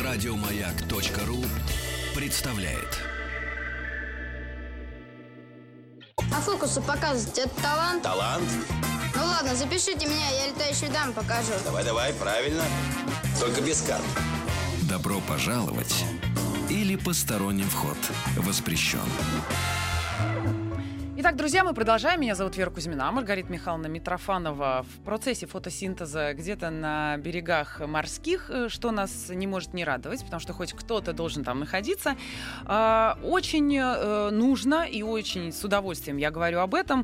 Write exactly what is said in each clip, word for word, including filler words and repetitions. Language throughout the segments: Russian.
Радиомаяк.ру представляет. А фокусы показывать — это талант? Талант? Ну ладно, запишите меня, я летающую даму покажу. Давай-давай, правильно. Только без карт. Добро пожаловать или посторонним вход воспрещен. Итак, друзья, мы продолжаем. Меня зовут Вера Кузьмина, Маргарита Михайловна Митрофанова в процессе фотосинтеза где-то на берегах морских, что нас не может не радовать, потому что хоть кто-то должен там находиться. Очень нужно и очень с удовольствием я говорю об этом,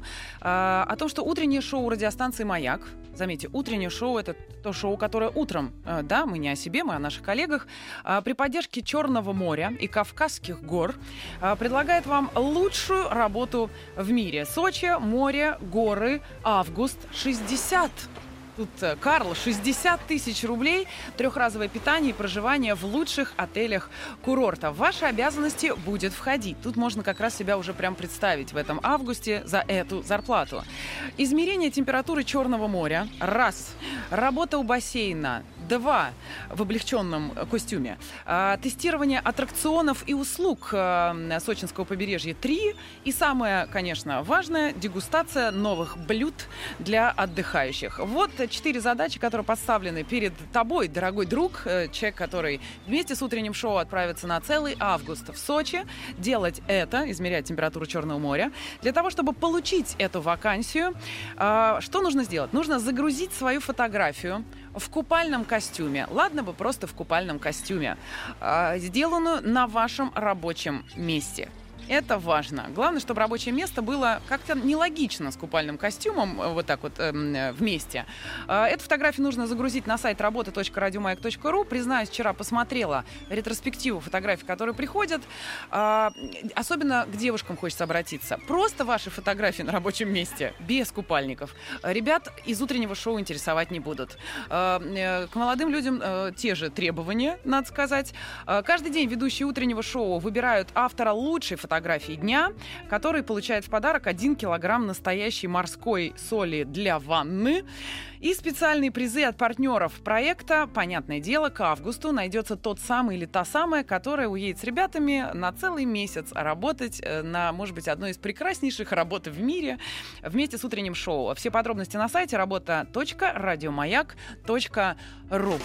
о том, что утреннее шоу радиостанции «Маяк», заметьте, утреннее шоу — это то шоу, которое утром, да, мы не о себе, мы о наших коллегах, при поддержке Черного моря и Кавказских гор предлагает вам лучшую работу в мире. Сочи, море, горы, август, шестьдесят. Тут, Карл, шестьдесят тысяч рублей, трехразовое питание и проживание в лучших отелях курорта. В ваши обязанности будет входить. Тут можно как раз себя уже прям представить в этом августе за эту зарплату. Измерение температуры Черного моря. Раз. Работа у бассейна. Два. В облегченном костюме. А, тестирование аттракционов и услуг а, сочинского побережья. Три. И самое, конечно, важное, дегустация новых блюд для отдыхающих. Вот четыре задачи, которые поставлены перед тобой, дорогой друг, человек, который вместе с утренним шоу отправится на целый август в Сочи. Делать это, измерять температуру Черного моря. Для того, чтобы получить эту вакансию, а, что нужно сделать? Нужно загрузить свою фотографию в купальном костюме. Ладно бы просто в купальном костюме. Э, сделанную на вашем рабочем месте. Это важно. Главное, чтобы рабочее место было как-то нелогично с купальным костюмом, вот так вот э, вместе. Э, эту фотографию нужно загрузить на сайт работа точка радиомаяк точка ру. Признаюсь, вчера посмотрела ретроспективу фотографий, которые приходят. Э, особенно к девушкам хочется обратиться. Просто ваши фотографии на рабочем месте, без купальников, ребят из утреннего шоу интересовать не будут. Э, э, к молодым людям э, те же требования, надо сказать. Э, каждый день ведущие утреннего шоу выбирают автора лучшей фотографии фотографии дня, который получает в подарок один килограмм настоящей морской соли для ванны. И специальные призы от партнеров проекта. Понятное дело, к августу найдется тот самый или та самая, которая уедет с ребятами на целый месяц работать на, может быть, одной из прекраснейших работ в мире вместе с утренним шоу. Все подробности на сайте работа точка радиомаяк точка ру.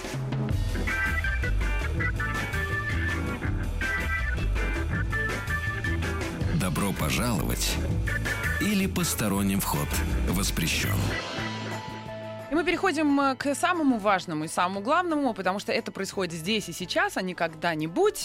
Добро пожаловать или посторонним вход воспрещен. И мы переходим к самому важному и самому главному, потому что это происходит здесь и сейчас, а не когда-нибудь.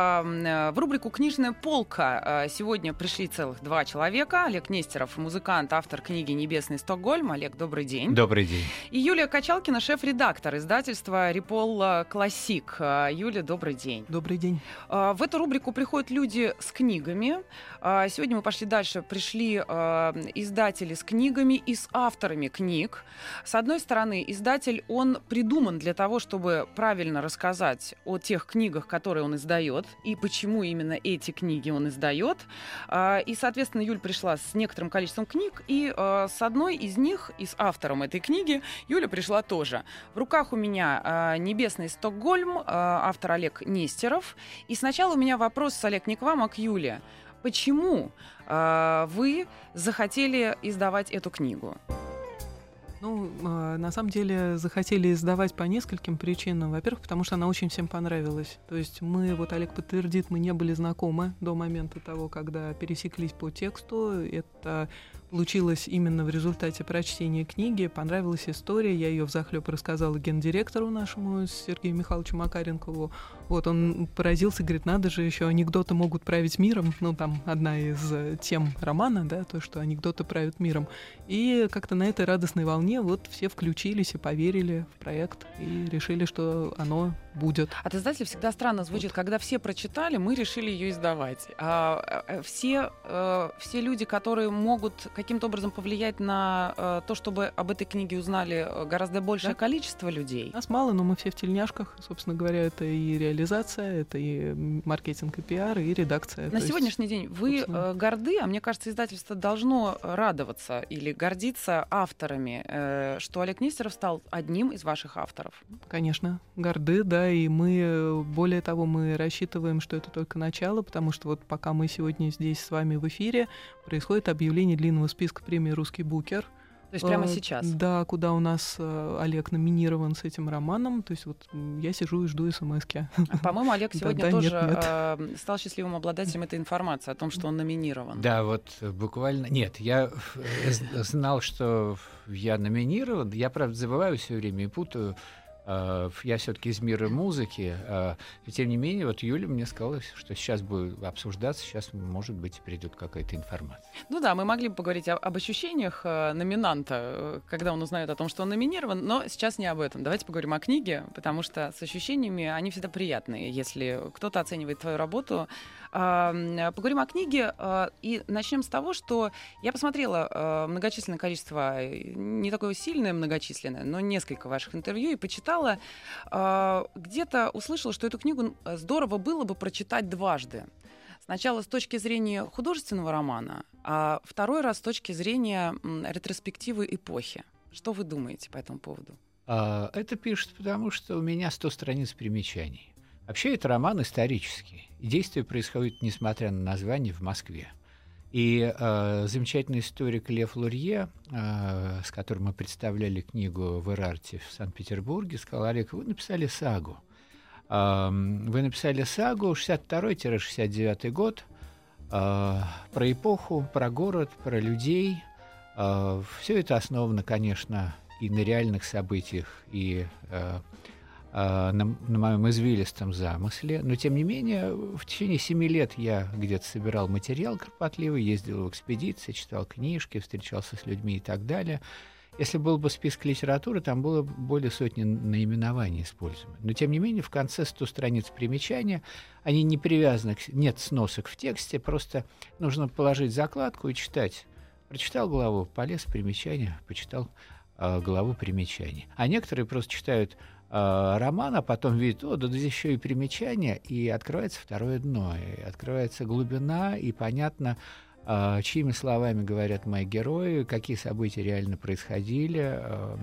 В рубрику «Книжная полка» сегодня пришли целых два человека. Олег Нестеров, музыкант, автор книги «Небесный Стокгольм». Олег, добрый день. Добрый день. И Юлия Качалкина, шеф-редактор издательства «Репол Классик». Юлия, добрый день. Добрый день. В эту рубрику приходят люди с книгами. Сегодня мы пошли дальше. Пришли издатели с книгами и с авторами книг. С одной С одной стороны, издатель, он придуман для того, чтобы правильно рассказать о тех книгах, которые он издает, и почему именно эти книги он издает. И, соответственно, Юль пришла с некоторым количеством книг, и с одной из них, и с автором этой книги, Юля пришла тоже. В руках у меня «Небесный Стокгольм», автор Олег Нестеров. И сначала у меня вопрос, Олег, не к вам, а к Юле. Почему вы захотели издавать эту книгу? Ну, э, на самом деле захотели издавать по нескольким причинам. Во-первых, потому что она очень всем понравилась. То есть мы, вот Олег подтвердит, мы не были знакомы до момента того, когда пересеклись по тексту. Это получилось именно в результате прочтения книги. Понравилась история, я ее взахлеб рассказала гендиректору нашему Сергею Михайловичу Макаренкову. Вот он поразился, говорит, надо же, еще анекдоты могут править миром. Ну, там одна из тем романа, да, то, что анекдоты правят миром. И как-то на этой радостной волне вот все включились и поверили в проект и решили, что оно будет. От издателя всегда странно звучит, вот. Когда все прочитали, мы решили ее издавать. А, все, а, все люди, которые могут каким-то образом повлиять на а, то, чтобы об этой книге узнали гораздо большее да? количество людей. Нас мало, но мы все в тельняшках. Собственно говоря, это и реализация, это и маркетинг, и пиар, и редакция. На то сегодняшний есть, день вы собственно... горды, а мне кажется, издательство должно радоваться или гордиться авторами, что Олег Нестеров стал одним из ваших авторов. Конечно, горды, да. да, и мы, более того, мы рассчитываем, что это только начало, потому что вот пока мы сегодня здесь с вами в эфире, происходит объявление длинного списка премии «Русский букер». То есть прямо сейчас? Да, куда у нас Олег номинирован с этим романом. То есть вот я сижу и жду смс-ки. По-моему, Олег сегодня Да, да, тоже нет, нет. э, стал счастливым обладателем этой информации о том, что он номинирован. Да, вот буквально... Нет, я э, знал, что я номинирован. Я, правда, забываю все время и путаю. Э, Я все-таки из мира музыки. э, И тем не менее, вот Юля мне сказала, что сейчас будет обсуждаться, сейчас, может быть, придет какая-то информация. Ну да, мы могли бы поговорить о- об ощущениях э, номинанта, э, когда он узнает о том, что он номинирован, но сейчас не об этом. Давайте поговорим о книге, потому что с ощущениями они всегда приятные, если кто-то оценивает твою работу. А, м, Поговорим о книге э, и начнем с того, что я посмотрела э, многочисленное количество, э, не такое сильное многочисленное, но несколько ваших интервью и почитала. э, Где-то услышала, что эту книгу здорово было бы прочитать дважды. Сначала с точки зрения художественного романа, а второй раз с точки зрения м, ретроспективы эпохи. Что вы думаете по этому поводу? А, Это пишет, потому что у меня сто страниц примечаний. Вообще, это роман исторический. И действие происходит, несмотря на название, в Москве. И э, замечательный историк Лев Лурье, э, с которым мы представляли книгу в Эрарте в Санкт-Петербурге, сказал: Олег, вы написали сагу. Э, вы написали сагу шестьдесят второй — шестьдесят девятый год, э, про эпоху, про город, про людей. Э, все это основано, конечно, и на реальных событиях, и э, на, на моем извилистом замысле, но тем не менее в течение семи лет я где-то собирал материал кропотливый, ездил в экспедиции, читал книжки, встречался с людьми и так далее. Если был бы список литературы, там было более сотни наименований используемых. Но тем не менее в конце сто страниц примечания, они не привязаны, к, нет сносок в тексте, просто нужно положить закладку и читать. Прочитал главу, полез в примечания, почитал э, главу примечаний. А некоторые просто читают роман, а потом видит, о, да здесь еще и примечания, и открывается второе дно, и открывается глубина, и понятно, э, чьими словами говорят мои герои, какие события реально происходили, э,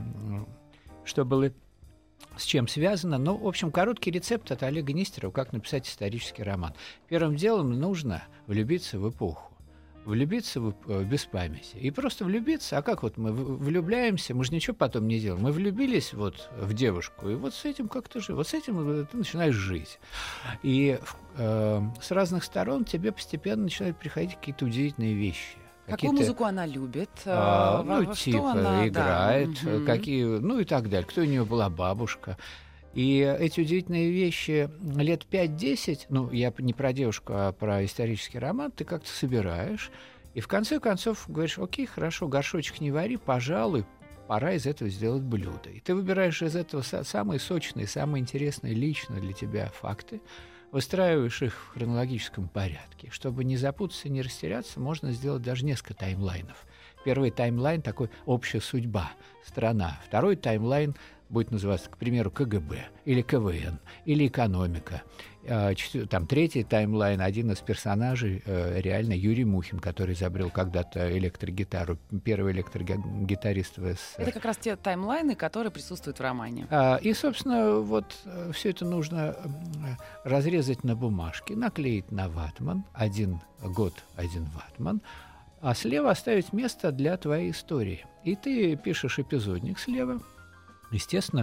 что было, с чем связано. Ну, в общем, короткий рецепт от Олега Нестерова, как написать исторический роман. Первым делом нужно влюбиться в эпоху. Влюбиться в, в без памяти. И просто влюбиться. А как вот мы влюбляемся, мы же ничего потом не делаем. Мы влюбились вот в девушку, и вот с этим как-то жить. Вот с этим ты начинаешь жить. И э, с разных сторон тебе постепенно начинают приходить какие-то удивительные вещи. Какую музыку она любит? А, во, ну, во типа, она, играет, да. Угу. какие, ну и так далее. Кто у нее была бабушка. И эти удивительные вещи лет пять-десять, ну, я не про девушку, а про исторический роман, ты как-то собираешь, и в конце концов говоришь: окей, хорошо, горшочек не вари, пожалуй, пора из этого сделать блюдо. И ты выбираешь из этого самые сочные, самые интересные лично для тебя факты, выстраиваешь их в хронологическом порядке. Чтобы не запутаться, не растеряться, можно сделать даже несколько таймлайнов. Первый таймлайн — такой общая судьба, страна. Второй таймлайн будет называться, к примеру, ка гэ бэ или ка вэ эн или экономика. Там третий таймлайн, один из персонажей, реально Юрий Мухин, который изобрел когда-то электрогитару, первый электрогитарист в эс эс эс эр. Это как раз те таймлайны, которые присутствуют в романе. И, собственно, вот все это нужно разрезать на бумажке, наклеить на ватман, один год, один ватман, а слева оставить место для твоей истории. И ты пишешь эпизодник слева. Естественно,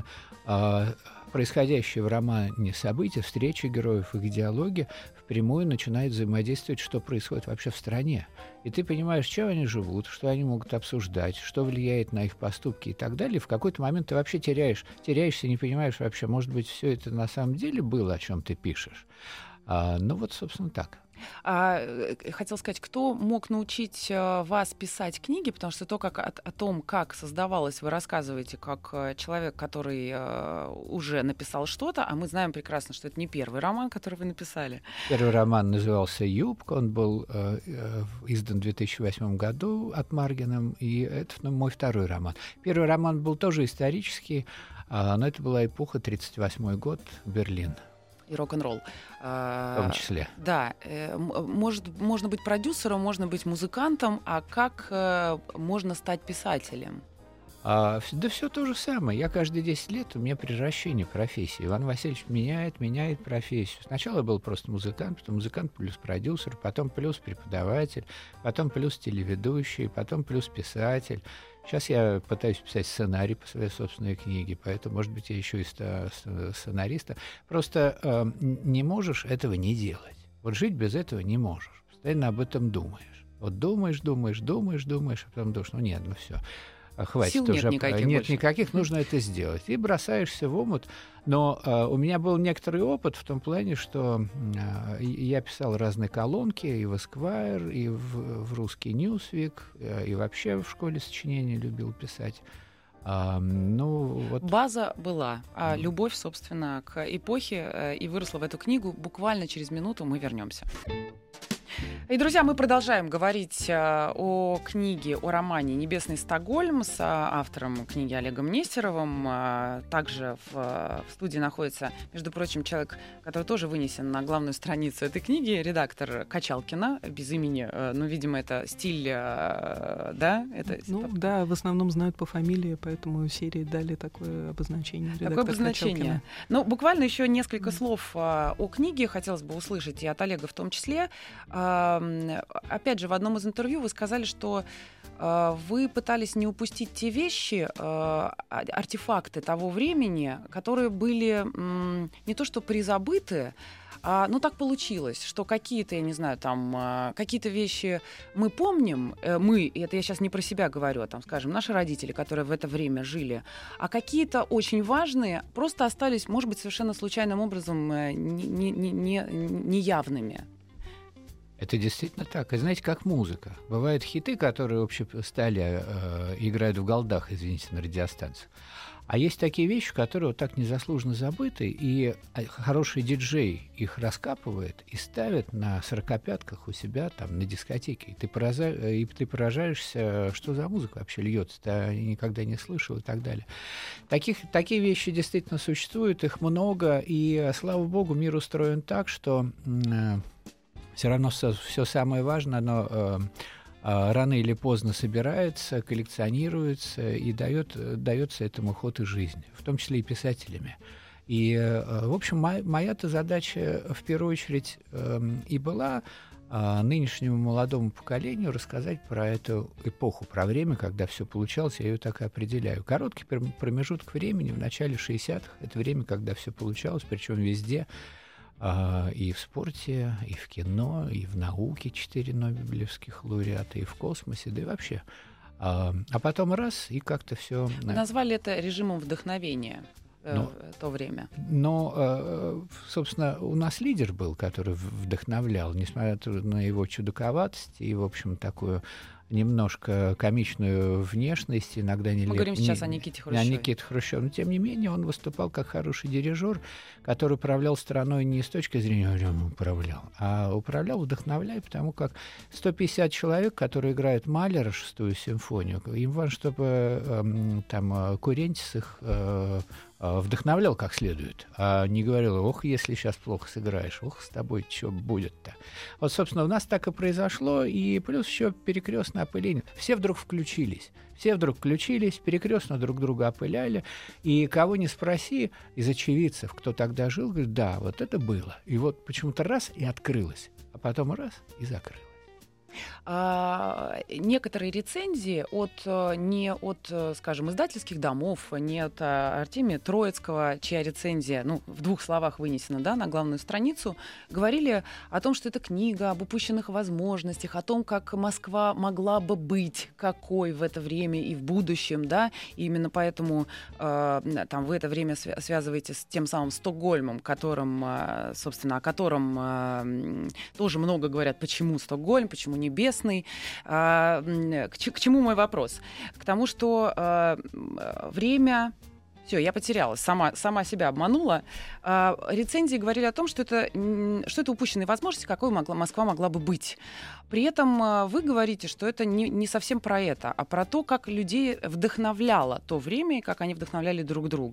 происходящие в романе события, встречи героев, их диалоги впрямую начинают взаимодействовать, что происходит вообще в стране. И ты понимаешь, чем они живут, что они могут обсуждать, что влияет на их поступки и так далее. И в какой-то момент ты вообще теряешь, теряешься, не понимаешь вообще, может быть, все это на самом деле было, о чем ты пишешь. А, ну вот, собственно, так. А, хотел сказать, кто мог научить а, вас писать книги, потому что то, как, о, о том, как создавалось, вы рассказываете, как а, человек, который а, уже написал что-то, а мы знаем прекрасно, что это не первый роман, который вы написали. Первый роман назывался «Юбка», он был э, э, издан в две тысячи восьмом году от Маргином, и это ну, мой второй роман. Первый роман был тоже исторический, э, но это была эпоха тридцать восьмой год, Берлин. И рок-н-ролл. В том числе. Да. Может, можно быть продюсером, можно быть музыкантом, а как можно стать писателем? А, да все то же самое. Я каждые десять лет, у меня превращение профессии. Иван Васильевич меняет, меняет профессию. Сначала был просто музыкант, потом музыкант плюс продюсер, потом плюс преподаватель, потом плюс телеведущий, потом плюс писатель. Сейчас я пытаюсь писать сценарий по своей собственной книге, поэтому, может быть, я еще и сценариста. Просто э, не можешь этого не делать. Вот жить без этого не можешь. Постоянно об этом думаешь. Вот думаешь, думаешь, думаешь, думаешь, а потом думаешь, ну нет, ну все. Хватит Сил уже. Нет никаких, нет больше. никаких, нужно это сделать. И бросаешься в омут. Но э, у меня был некоторый опыт в том плане, что э, я писал разные колонки и в Esquire, и в, в русский Newsweek, э, и вообще в школе сочинения любил писать. А, ну, вот. База была, а любовь, собственно, к эпохе э, и выросла в эту книгу. Буквально через минуту мы вернемся. И, друзья, мы продолжаем говорить э, о книге, о романе «Небесный Стокгольм» с э, автором книги Олегом Нестеровым. Э, также в, в студии находится, между прочим, человек, который тоже вынесен на главную страницу этой книги, редактор Качалкина, без имени. Э, ну, видимо, это стиль, э, да? Это, ну, это... да, в основном знают по фамилии, поэтому серии дали такое обозначение. Такое обозначение. Качалкина. Ну, буквально еще несколько слов э, о книге хотелось бы услышать, и от Олега в том числе. Опять же, в одном из интервью вы сказали, что э, вы пытались не упустить те вещи, э, артефакты того времени, которые были м, не то что призабыты, а, ну, так получилось, что какие-то, я не знаю, там, э, какие-то вещи мы помним, э, мы, и это я сейчас не про себя говорю, а там, скажем, наши родители, которые в это время жили, а какие-то очень важные просто остались, может быть, совершенно случайным образом э, не, не, не, неявными. Это действительно так. И знаете, как музыка. Бывают хиты, которые вообще стали э, играют в голдах, извините, на радиостанциях. А есть такие вещи, которые вот так незаслуженно забыты, и хороший диджей их раскапывает и ставит на сорокопятках у себя там на дискотеке. И ты, пораза... и ты поражаешься, что за музыка вообще льется, ты никогда не слышал и так далее. Таких, такие вещи действительно существуют, их много, и, слава богу, мир устроен так, что... Э, все равно все, все самое важное, оно э, э, рано или поздно собирается, коллекционируется и дает, дается этому ход и жизнь, в том числе и писателями. И, э, в общем, моя, моя-то задача в первую очередь э, и была э, нынешнему молодому поколению рассказать про эту эпоху, про время, когда все получалось, я ее так и определяю. Короткий промежуток времени в начале шестидесятых, это время, когда все получалось, причем везде, и в спорте, и в кино, и в науке четыре нобелевских лауреата, и в космосе, да и вообще. А, а потом раз, и как-то все. Назвали это режимом вдохновения э, но, в то время. Но, собственно, у нас лидер был, который вдохновлял, несмотря на его чудаковатость и, в общем, такую немножко комичную внешность, иногда не... Мы говорим сейчас о Никите Хрущеве. О Никите Хрущеве. Но, тем не менее, он выступал как хороший дирижер, который управлял страной не с точки зрения управлял, а управлял, вдохновляя, потому как сто пятьдесят человек, которые играют Малера, шестую симфонию, им важно, чтобы э, там Курентис их э, вдохновлял как следует, а не говорил: ох, если сейчас плохо сыграешь, ох, с тобой что будет-то. Вот, собственно, у нас так и произошло, и плюс еще перекрестное опыление. Все вдруг включились, все вдруг включились, перекрестно друг друга опыляли, и кого не спроси из очевидцев, кто тогда жил, говорит: да, вот это было. И вот почему-то раз и открылось, а потом раз и закрылось. А, некоторые рецензии от, не от, скажем, издательских домов, не от Артемия Троицкого, чья рецензия, ну, в двух словах вынесена, да, на главную страницу, говорили о том, что это книга об упущенных возможностях, о том, как Москва могла бы быть какой в это время и в будущем, да, и именно поэтому э, там вы это время свя- связываете с тем самым Стокгольмом, которым, э, собственно, о котором э, тоже много говорят, почему Стокгольм, почему Небесный. К, к чему мой вопрос? К тому, что э, время... Все, я потерялась, сама, сама себя обманула. Э, рецензии говорили о том, что это, что это упущенные возможности, какой могла, Москва могла бы быть. При этом э, вы говорите, что это не, не совсем про это, а про то, как людей вдохновляло то время и как они вдохновляли друг друга.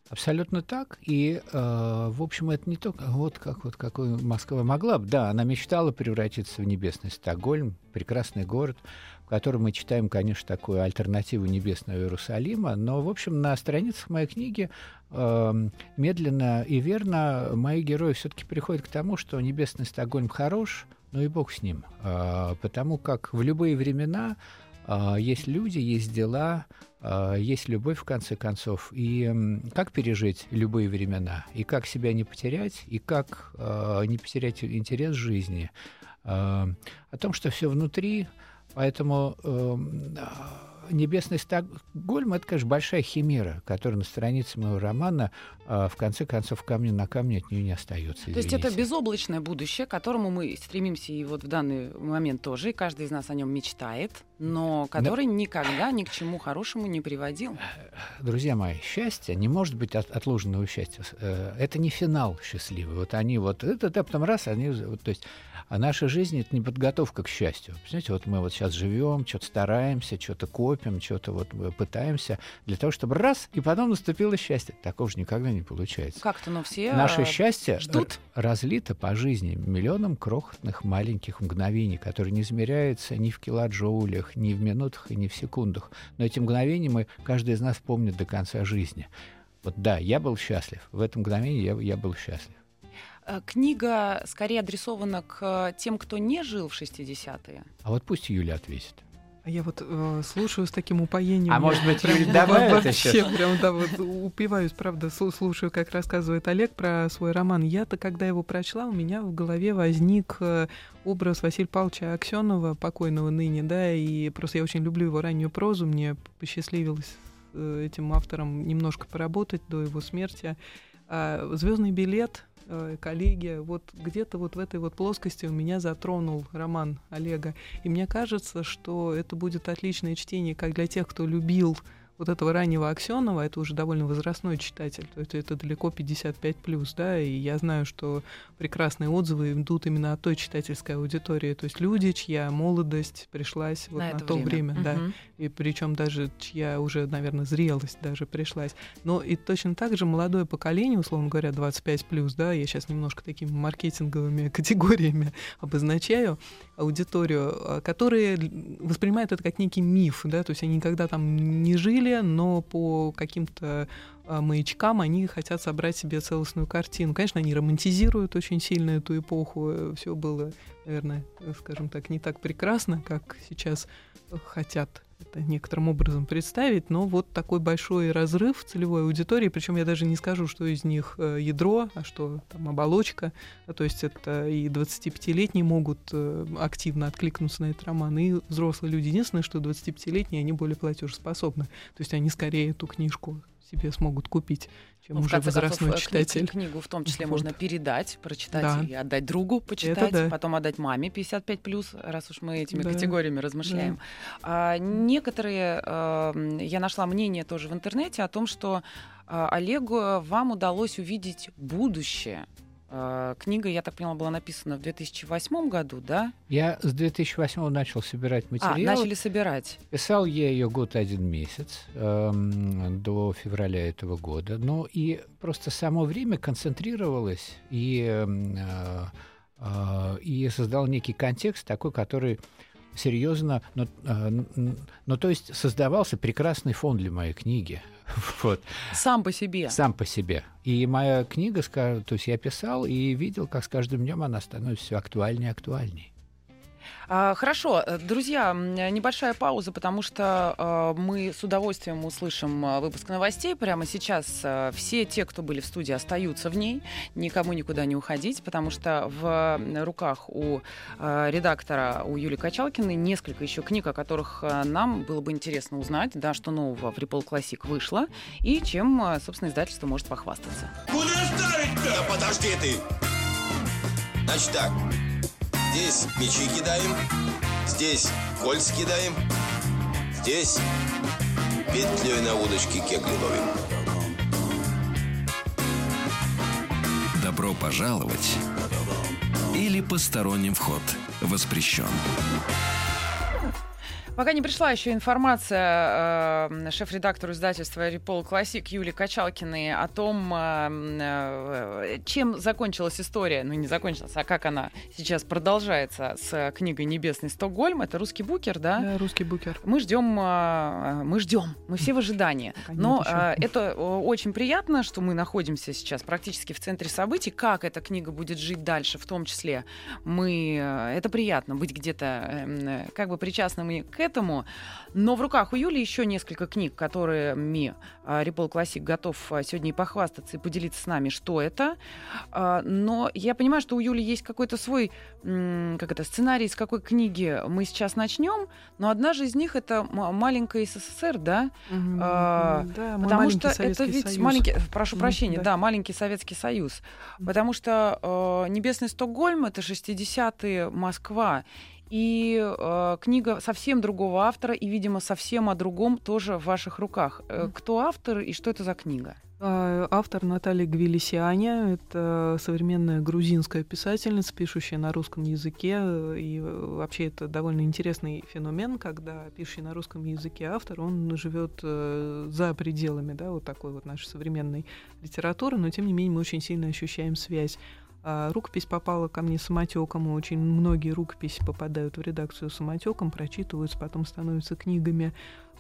Абсолютно так. И, э, в общем, это не только вот как вот какой Москва могла бы. Да, она мечтала превратиться в небесный Стокгольм, прекрасный город, в котором мы читаем, конечно, такую альтернативу небесного Иерусалима. Но, в общем, на страницах моей книги э, медленно и верно мои герои все-таки приходят к тому, что небесный Стокгольм хорош, но и бог с ним. Э, потому как в любые времена э, есть люди, есть дела, есть любовь, в конце концов, и как пережить любые времена, и как себя не потерять, и как э, не потерять интерес жизни, э, о том, что все внутри, поэтому э, небесный Стокгольм — это, конечно, большая химера, которая на странице моего романа, э, в конце концов, камня на камне от нее не остается. То есть это безоблачное будущее, к которому мы стремимся и вот в данный момент тоже, и каждый из нас о нем мечтает, но который но... никогда ни к чему хорошему не приводил. Друзья мои, счастье не может быть от, отложенного счастья. Это не финал счастливый. Вот они вот это, да, потом раз, они, вот, то есть, а наша жизнь — это не подготовка к счастью. Понимаете, вот мы вот сейчас живем, что-то стараемся, что-то копим, что-то вот пытаемся для того, чтобы раз, и потом наступило счастье. Такого же никогда не получается. Как-то, но все наше счастье ждут. Разлито по жизни миллионам крохотных маленьких мгновений, которые не измеряются ни в килоджоулях, ни в минутах и ни в секундах. Но эти мгновения мы, каждый из нас помнит до конца жизни. Вот да, я был счастлив. В этом мгновении я, я был счастлив. Книга скорее адресована к тем, кто не жил в шестидесятые. А вот пусть Юля ответит. А я вот э, слушаю с таким упоением. А может быть, Юля добавит еще? Прям, да, вот упиваюсь, правда, слушаю, как рассказывает Олег про свой роман. Я-то, когда его прочла, у меня в голове возник образ Василия Павловича Аксёнова, покойного ныне, да, и просто я очень люблю его раннюю прозу, мне посчастливилось с этим автором немножко поработать до его смерти. А «Звездный билет», коллеги, вот где-то вот в этой вот плоскости у меня затронул роман Олега. И мне кажется, что это будет отличное чтение как для тех, кто любил вот этого раннего Аксёнова, это уже довольно возрастной читатель, то есть это далеко пятьдесят пять плюс, да, и я знаю, что прекрасные отзывы идут именно от той читательской аудитории, то есть люди, чья молодость пришлась вот на, на то время, время да, угу. И причем даже чья уже, наверное, зрелость даже пришлась. Но и точно так же молодое поколение, условно говоря, двадцать пять плюс, да, я сейчас немножко такими маркетинговыми категориями обозначаю аудиторию, которые воспринимают это как некий миф, да, то есть они никогда там не жили, но по каким-то а, маячкам они хотят собрать себе целостную картину. Конечно, они романтизируют очень сильно эту эпоху. Все было, наверное, скажем так, не так прекрасно, как сейчас хотят это некоторым образом представить, но вот такой большой разрыв целевой аудитории, причем я даже не скажу, что из них ядро, а что там оболочка, то есть это и двадцатипятилетние могут активно откликнуться на этот роман, и взрослые люди. Единственное, что двадцатипятилетние, они более платежеспособны, то есть они скорее эту книжку себе смогут купить, чем ну, уже возрастной концов, читатель. Книгу в том числе вот. Можно передать, прочитать да. и отдать другу, почитать, да. потом отдать маме пятьдесят пять плюс, раз уж мы этими да. категориями размышляем. Да. А, некоторые, а, я нашла мнение тоже в интернете о том, что а, Олегу вам удалось увидеть будущее. Книга, я так поняла, была написана в две тысячи восьмом году, да? Я с две тысячи восьмого начал собирать материал. А, начали собирать. Писал я ее год один месяц, эм, до февраля этого года. Но и просто само время концентрировалось и, э, э, и создал некий контекст такой, который серьезно... Но, э, но то есть создавался прекрасный фон для моей книги. Вот. Сам по себе. Сам по себе. И моя книга, то есть я писал и видел, как с каждым днем она становится все актуальнее и актуальнее. Хорошо, друзья, небольшая пауза, потому что мы с удовольствием услышим выпуск новостей. Прямо сейчас все те, кто были в студии, остаются в ней, никому никуда не уходить, потому что в руках у редактора, у Юлии Качалкиной, несколько еще книг, о которых нам было бы интересно узнать, да, что нового в Репол Классик вышло и чем, собственно, издательство может похвастаться. Куда ставить-то? Да подожди ты! Значит так. Здесь мячи кидаем, здесь кольца кидаем, здесь петлей на удочке кегли ловим. Добро пожаловать или посторонним вход воспрещен. Пока не пришла еще информация э, шеф-редактору издательства «Репол Классик» Юлии Качалкиной о том, э, э, чем закончилась история, ну не закончилась, а как она сейчас продолжается с книгой «Небесный Стокгольм». Это русский букер, да? Да, русский букер. Мы ждем, э, мы ждем, мы все в ожидании. Но э, это очень приятно, что мы находимся сейчас практически в центре событий. Как эта книга будет жить дальше, в том числе, мы, э, это приятно быть где-то э, как бы причастными к этому. Но в руках у Юли еще несколько книг, которыми Репол Классик готов сегодня и похвастаться, и поделиться с нами, что это. Но я понимаю, что у Юли есть какой-то свой как это, сценарий, с какой книги мы сейчас начнем, но одна же из них — это «Маленькая СССР», да? Mm-hmm. А, да, потому что это ведь Союз. маленький, прошу Mm-hmm. прощения, да. да, «Маленький Советский Союз». Mm-hmm. Потому что э, «Небесный Стокгольм» — это шестидесятые, Москва. И э, книга совсем другого автора, и, видимо, совсем о другом тоже в ваших руках. Э, кто автор и что это за книга? Автор Наталья Гвилисяня. Это современная грузинская писательница, пишущая на русском языке. И вообще это довольно интересный феномен, когда пишущий на русском языке автор, он живет за пределами, да, вот такой вот нашей современной литературы, но тем не менее мы очень сильно ощущаем связь. Рукопись попала ко мне самотеком, очень многие рукописи попадают в редакцию самотеком, прочитываются, потом становятся книгами.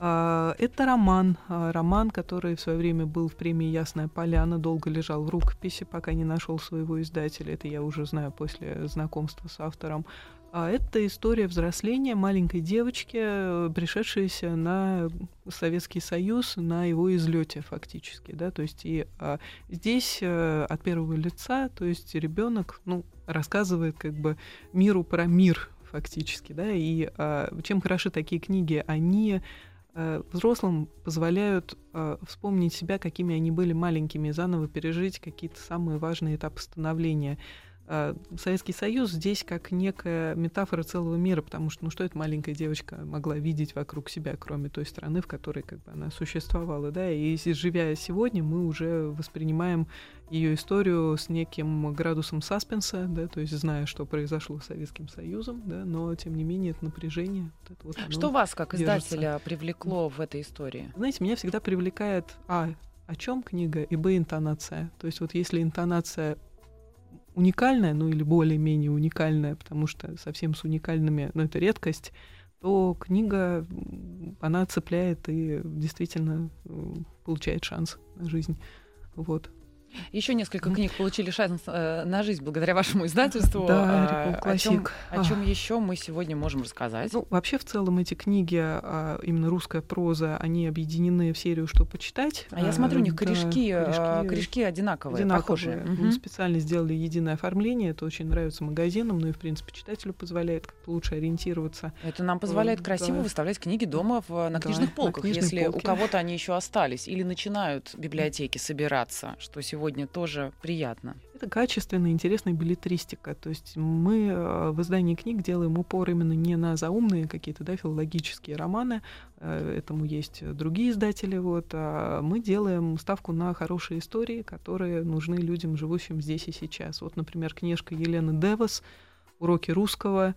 Это роман, роман, который в свое время был в премии «Ясная поляна», долго лежал в рукописи, пока не нашел своего издателя. Это я уже знаю после знакомства с автором. Это история взросления маленькой девочки, пришедшейся на Советский Союз на его излете фактически, да, то есть и а, здесь а, от первого лица, то есть ребенок, ну, рассказывает как бы миру про мир фактически, да, и а, чем хороши такие книги, они а, взрослым позволяют а, вспомнить себя, какими они были маленькими, заново пережить какие-то самые важные этапы становления. Советский Союз здесь как некая метафора целого мира, потому что, ну, что эта маленькая девочка могла видеть вокруг себя, кроме той страны, в которой как бы она существовала, да, и живя сегодня, мы уже воспринимаем ее историю с неким градусом саспенса, да, то есть зная, что произошло с Советским Союзом, да, но тем не менее это напряжение. Вот это вот что вас, как издателя, держится. Привлекло в этой истории? Знаете, меня всегда привлекает, а, о чем книга, и, б, интонация. То есть вот если интонация уникальная, ну или более-менее уникальная, потому что совсем с уникальными, ну это редкость, то книга, она цепляет и действительно получает шанс на жизнь. Вот. Еще несколько книг получили шанс э, на жизнь благодаря вашему издательству. Да, Репол Классик. О чем а. еще мы сегодня можем рассказать? Ну, вообще, в целом, эти книги, а, именно русская проза, они объединены в серию «Что почитать?». А я смотрю, у них да, корешки, корешки, корешки одинаковые, одинаковые. похожие. Мы специально сделали единое оформление, это очень нравится магазинам, ну и, в принципе, читателю позволяет как-то лучше ориентироваться. Это нам позволяет да. красиво выставлять книги дома в, на книжных да, полках, на книжной если полке. у кого-то они еще остались, или начинают библиотеки собираться, что сегодня тоже приятно. Это качественная, интересная беллетристика. То есть мы в издании книг делаем упор именно не на заумные какие-то, да, филологические романы, этому есть другие издатели, вот, а мы делаем ставку на хорошие истории, которые нужны людям, живущим здесь и сейчас. Вот, например, книжка Елены Девас «Уроки русского».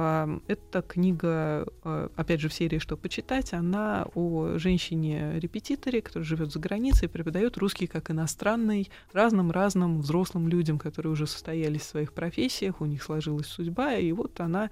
Эта книга, опять же, в серии «Что почитать», она о женщине-репетиторе, которая живет за границей и преподает русский как иностранный разным-разным взрослым людям, которые уже состоялись в своих профессиях, у них сложилась судьба, и вот она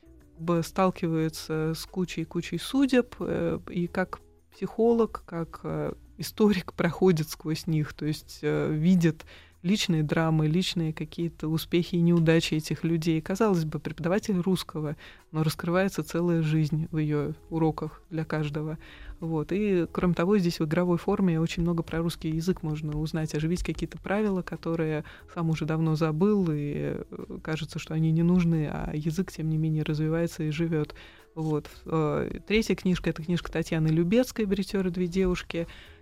сталкивается с кучей-кучей судеб, и как психолог, как историк проходит сквозь них, то есть видит личные драмы, личные какие-то успехи и неудачи этих людей. Казалось бы, преподаватель русского, но раскрывается целая жизнь в ее уроках для каждого. Вот. И, кроме того, здесь в игровой форме очень много про русский язык можно узнать, оживить какие-то правила, которые сам уже давно забыл, и кажется, что они не нужны, а язык, тем не менее, развивается и живет. Вот. Третья книжка — это книжка Татьяны Любецкой «Бритеры, две девушки».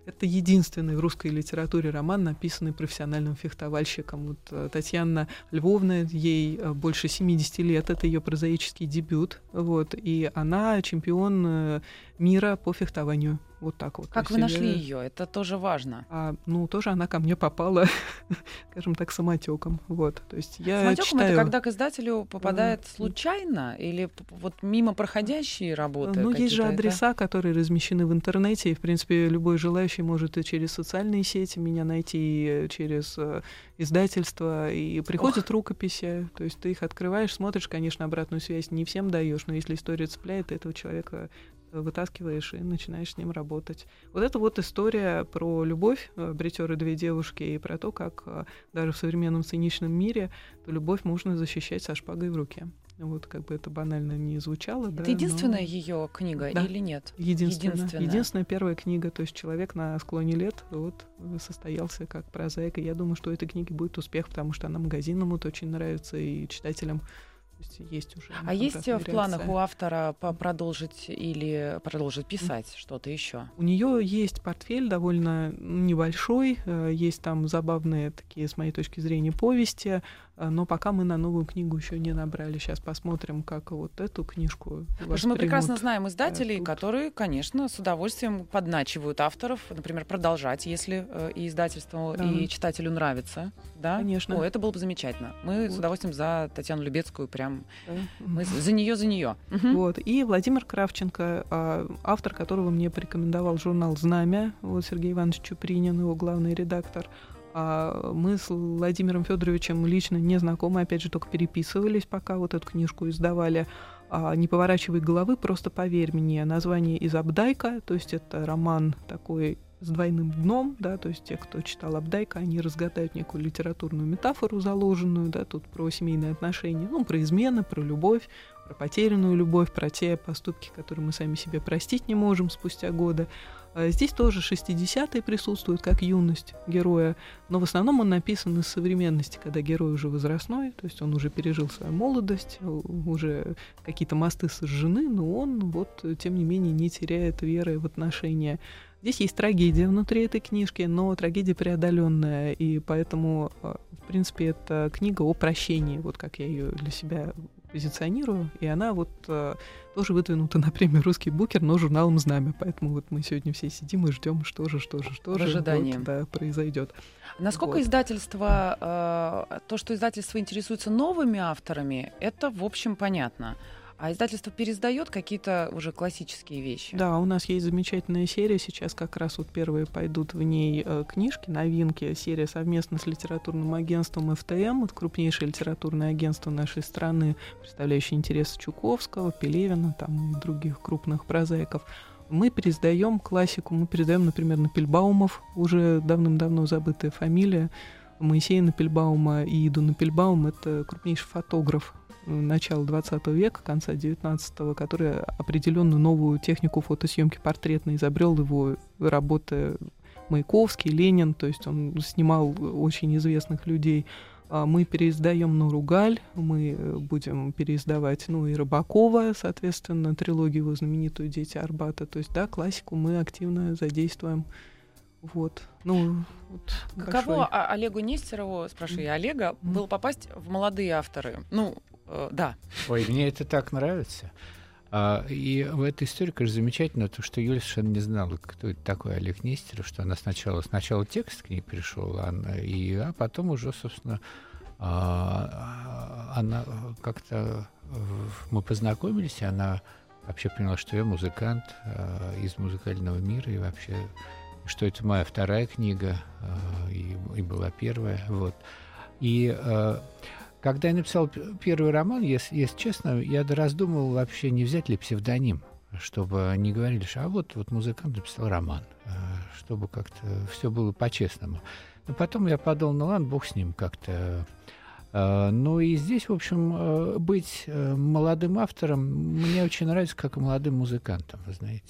Это единственный в русской литературе роман, написанный профессиональным фехтовальщиком. Вот Татьяна Львовна, ей больше семидесяти лет, это ее прозаический дебют. Вот, и она чемпион мира по фехтованию. Вот так вот. Как вы нашли ее? Это тоже важно. А, ну, тоже она ко мне попала, скажем так, самотеком. Вот, то есть я самотеком читаю... это когда к издателю попадает mm. случайно или вот мимо проходящие работы? Ну, есть же адреса, это? которые размещены в интернете, и, в принципе, любой желающий может и через социальные сети меня найти, и через э, издательство, и приходят Ох. рукописи, то есть ты их открываешь, смотришь, конечно, обратную связь не всем даешь, но если история цепляет, ты этого человека вытаскиваешь и начинаешь с ним работать. Вот это вот история про любовь, «Бретёр и две девушки», и про то, как даже в современном циничном мире любовь можно защищать со шпагой в руке. Вот как бы это банально не звучало. Это да, единственная но... ее книга да. или нет? Единственная. Единственная. Единственная первая книга. То есть человек на склоне лет вот состоялся как прозаик. И я думаю, что у этой книги будет успех, потому что она магазинам вот очень нравится и читателям. То есть есть уже а есть в реакция. планах у автора продолжить или продолжить писать mm. что-то еще? У нее есть портфель довольно небольшой, есть там забавные такие, с моей точки зрения, повести, но пока мы на новую книгу еще не набрали. Сейчас посмотрим, как вот эту книжку Потому что мы прекрасно знаем издателей, тут. которые, конечно, с удовольствием подначивают авторов, например, продолжать, если э, и издательству, да. и читателю нравится. Да? Конечно. О, это было бы замечательно. Мы вот. с удовольствием за Татьяну Любецкую прям да. мы за нее, за нее. Вот. И Владимир Кравченко, автор, которого мне порекомендовал журнал «Знамя», вот Сергей Иванович Чупринин, его главный редактор. Мы с Владимиром Федоровичем лично не знакомы, опять же, только переписывались, пока вот эту книжку издавали. Не поворачивай головы, просто поверь мне. Название из Абдайка, то есть это роман такой с двойным дном, да, то есть те, кто читал Абдайка, они разгадают некую литературную метафору заложенную, да, тут про семейные отношения, ну, про измены, про любовь, про потерянную любовь, про те поступки, которые мы сами себе простить не можем спустя годы. Здесь тоже шестидесятые присутствуют, как юность героя, но в основном он написан из современности, когда герой уже возрастной, то есть он уже пережил свою молодость, уже какие-то мосты сожжены, но он, вот, тем не менее, не теряет веры в отношения. Здесь есть трагедия внутри этой книжки, но трагедия преодоленная, и поэтому, в принципе, это книга о прощении, вот как я ее для себя позиционирую, и она вот э, тоже выдвинута на премию «Русский букер», но журналом «Знамя», поэтому вот мы сегодня все сидим и ждем, что же, что же, что же вот, да, произойдет. Насколько вот. издательство, э, то, что издательство интересуется новыми авторами, это, в общем, понятно. А издательство переиздает какие-то уже классические вещи? Да, у нас есть замечательная серия. Сейчас как раз вот первые пойдут в ней э, книжки, новинки. Серия совместно с литературным агентством эф тэ эм. Это крупнейшее литературное агентство нашей страны, представляющее интересы Чуковского, Пелевина там, и других крупных прозаиков. Мы переиздаем классику. Мы переиздаем, например, Напельбаумов, уже давным-давно забытая фамилия. Моисея Напельбаума и Иду Напельбаум — это крупнейший фотограф начала двадцатого века, конца девятнадцатого, который определенную новую технику фотосъемки портретной изобрел, его работы Маяковский, Ленин, то есть он снимал очень известных людей. Мы переиздаем Нуру Галь, мы будем переиздавать, ну, и Рыбакова, соответственно, трилогию его знаменитую «Дети Арбата». То есть, да, классику мы активно задействуем. Вот. Ну, вот каково большой... Олегу Нестерову, спрашиваю я Олега, mm-hmm. было попасть в молодые авторы? Ну, э, да. Ой, мне это так нравится. А, и в этой истории, конечно, замечательно, то, что Юля совершенно не знала, кто это такой Олег Нестеров, что она сначала, сначала текст к ней пришел, она, и, а потом уже, собственно, а, она как-то... Мы познакомились, и она вообще поняла, что я музыкант а, из музыкального мира, и вообще... что это моя вторая книга, э, и, и была первая. Вот. И э, когда я написал первый роман, если, если честно, я раздумывал вообще, не взять ли псевдоним, чтобы не говорили, что а вот, вот музыкант написал роман, э, чтобы как-то все было по-честному. Но потом я подумал, ну ладно, бог с ним как-то. Ну и здесь, в общем, быть молодым автором мне очень нравится, как и молодым музыкантом, вы знаете.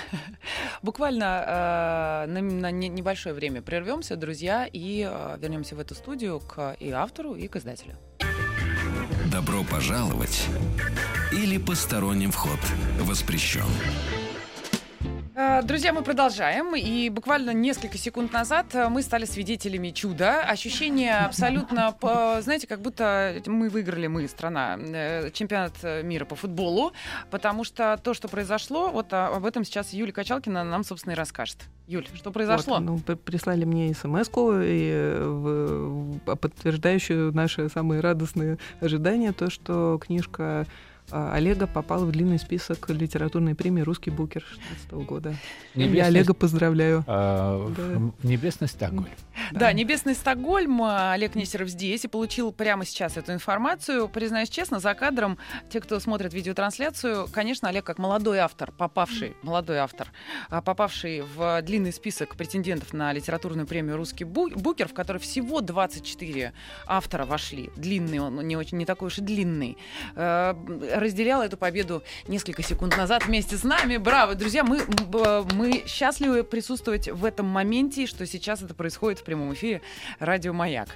Буквально на, на небольшое время прервемся, друзья, и вернемся в эту студию к и автору, и к издателю. Добро пожаловать или посторонним вход воспрещен. Друзья, мы продолжаем. И буквально несколько секунд назад мы стали свидетелями чуда. Ощущение абсолютно, знаете, как будто мы выиграли, мы, страна, чемпионат мира по футболу. Потому что то, что произошло, вот об этом сейчас Юлия Качалкина нам, собственно, и расскажет. Юль, что произошло? Вот, ну, прислали мне смс-ку, и, в, подтверждающую наши самые радостные ожидания, то, что книжка Олега попала в длинный список литературной премии «Русский букер» две тысячи шестнадцатого года. Небесный... Я Олега поздравляю. А, да. Небесный Стокгольм. Да. да, Небесный Стокгольм. Олег Нестеров здесь и получил прямо сейчас эту информацию. Признаюсь честно, за кадром, те, кто смотрит видеотрансляцию, конечно, Олег как молодой автор, попавший, молодой автор, попавший в длинный список претендентов на литературную премию «Русский букер», в который всего двадцать четыре автора вошли. Длинный, он не, очень, не такой уж и длинный. Разделял эту победу несколько секунд назад вместе с нами. Браво, друзья! Мы, мы счастливы присутствовать в этом моменте, что сейчас это происходит в прямом эфире «Радио Маяк».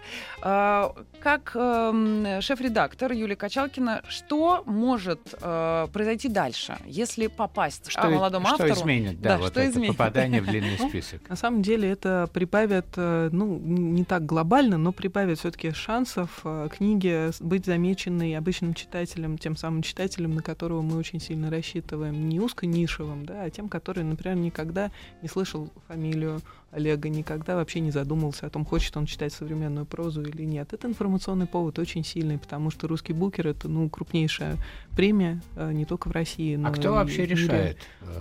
Как шеф-редактор Юлия Качалкина, что может произойти дальше, если попасть что, а, молодому что автору? Изменит, да, да, вот что это изменит? Попадание в длинный список? На самом деле это прибавит, ну, не так глобально, но прибавит все-таки шансов книге быть замеченной обычным читателем, тем самым читателем, на которого мы очень сильно рассчитываем, не узконишевым, да, а тем, который, например, никогда не слышал фамилию Олега, никогда вообще не задумывался о том, хочет он читать современную прозу или нет. Это информационный повод очень сильный, потому что «Русский букер» — это, ну, крупнейшая премия не только в России, но а кто вообще решает?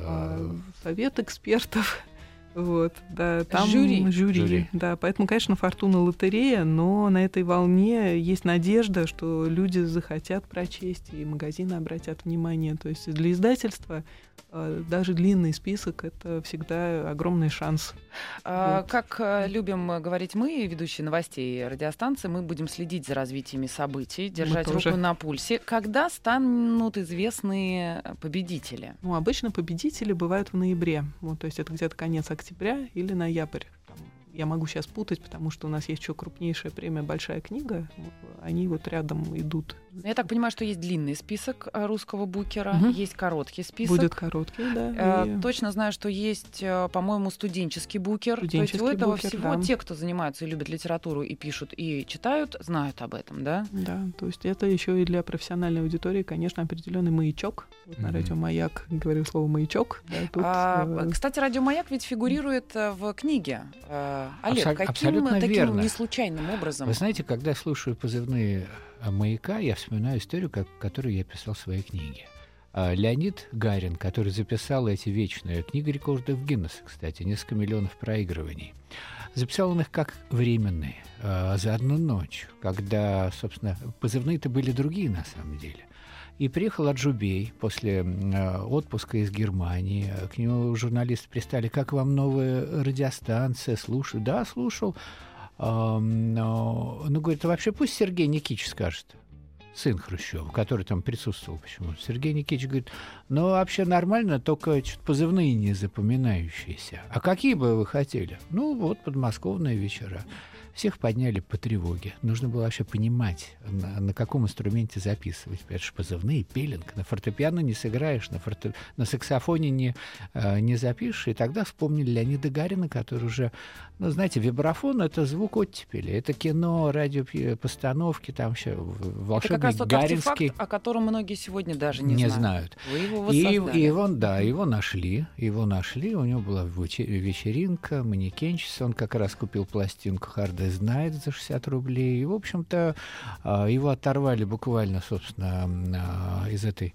Совет экспертов. Вот, да, там жюри. Жюри, жюри. Да, поэтому, конечно, фортуна лотерея, но на этой волне есть надежда, что люди захотят прочесть, и магазины обратят внимание. То есть для издательства э, даже длинный список — это всегда огромный шанс. А, вот. Как э, любим говорить мы, ведущие новостей радиостанции, мы будем следить за развитиями событий, держать руку на пульсе. Когда станут известны победители? Ну, обычно победители бывают в ноябре. Вот, то есть это где-то конец октября или ноябрь. Там, я могу сейчас путать, потому что у нас есть еще крупнейшая премия «Большая книга». Они вот рядом идут. Я так понимаю, что есть длинный список русского букера, угу. есть короткий список. Будет короткий, да. Э, и... Точно знаю, что есть, по-моему, студенческий букер. Студенческий То есть у этого букер, всего да. те, кто занимаются и любят литературу, и пишут, и читают, знают об этом, да? Да, то есть это еще и для профессиональной аудитории, конечно, определенный маячок. Вот mm-hmm. на радио «Маяк» говорю слово «маячок». Да, тут, а, э... Кстати, радио «Маяк» ведь фигурирует в книге. Олег, Абсо- каким таким верно. неслучайным образом? Вы знаете, когда я слушаю позывные «Маяка», я вспоминаю историю, как, которую я писал в своей книге. Леонид Гарин, который записал эти вечные, книга рекордов Гиннесса, кстати, несколько миллионов проигрываний, записал он их как временные, за одну ночь, когда, собственно, позывные-то были другие на самом деле. И приехал Аджубей после отпуска из Германии. К нему журналисты пристали: как вам новая радиостанция? Слушаю. Да, слушал. Ну, говорит, а вообще пусть Сергей Никитич скажет. Сын Хрущева, который там присутствовал почему-то. Сергей Никитич говорит: ну, вообще нормально, только что-то позывные не запоминающиеся. А какие бы вы хотели? Ну, вот подмосковные вечера. Всех подняли по тревоге. Нужно было вообще понимать, на, на каком инструменте записывать. Понимаешь, позывные, пелинг. На фортепиано не сыграешь, на, форте... на саксофоне не, э, не запишешь. И тогда вспомнили Леонида Гарина, который уже... Ну, знаете, вибрафон — это звук оттепели. Это кино, радиопостановки, там еще волшебный это как раз тот гаринский... артефакт, о котором многие сегодня даже не, не знают. знают. Вы его и, воссоздали. и его, да, его нашли. Его нашли. У него была вечеринка, манекенщица. Он как раз купил пластинку «Hard знает» за шестьдесят рублей. И, в общем-то, его оторвали буквально, собственно, из этой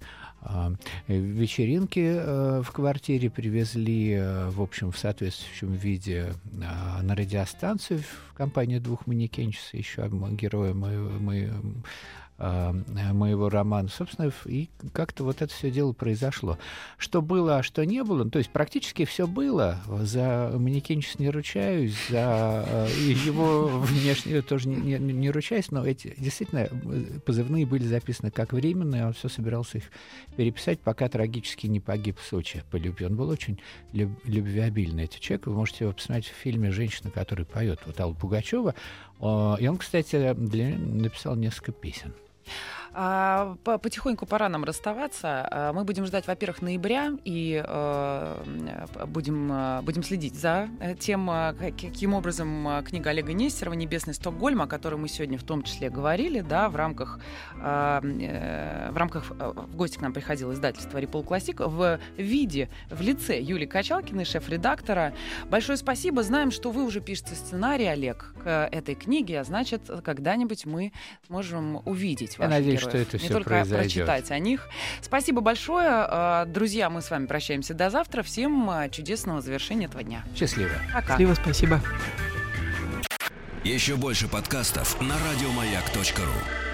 вечеринки в квартире, привезли, в общем, в соответствующем виде на радиостанцию в компании двух манекенщиц, еще героя моего, моего, моего романа, собственно, и как-то вот это все дело произошло. Что было, а что не было, то есть практически все было. За манекенщиц не ручаюсь, за его внешне тоже не, не, не ручаюсь, но эти действительно позывные были записаны как временные, он все собирался их переписать, пока трагически не погиб в Сочи по любви. Он был очень люб, любвеобильный, этот человек. Вы можете его посмотреть в фильме «Женщина, которая поет», вот Алла Пугачева. И он, кстати, для, написал несколько песен. А, по- потихоньку пора нам расставаться. А, Мы будем ждать, во-первых, ноября и э, будем, э, будем следить за э, тем, э, как- каким образом э, книга Олега Нестерова «Небесный Стокгольм», о которой мы сегодня в том числе говорили, да, в рамках, э, э, в рамках э, в гости к нам приходило издательство «Рипл Классик» в виде, в лице Юлии Качалкиной, шеф-редактора. Большое спасибо. Знаем, что вы уже пишете сценарий, Олег, к этой книге, а значит, когда-нибудь мы можем увидеть Я ваших надеюсь, героев. что это Не всё только произойдет. прочитать о них. Спасибо большое. А, Друзья, мы с вами прощаемся до завтра. Всем а, чудесного завершения этого дня. Счастливо. Пока. Счастливо, спасибо. Еще больше подкастов на радиомаяк точка ру.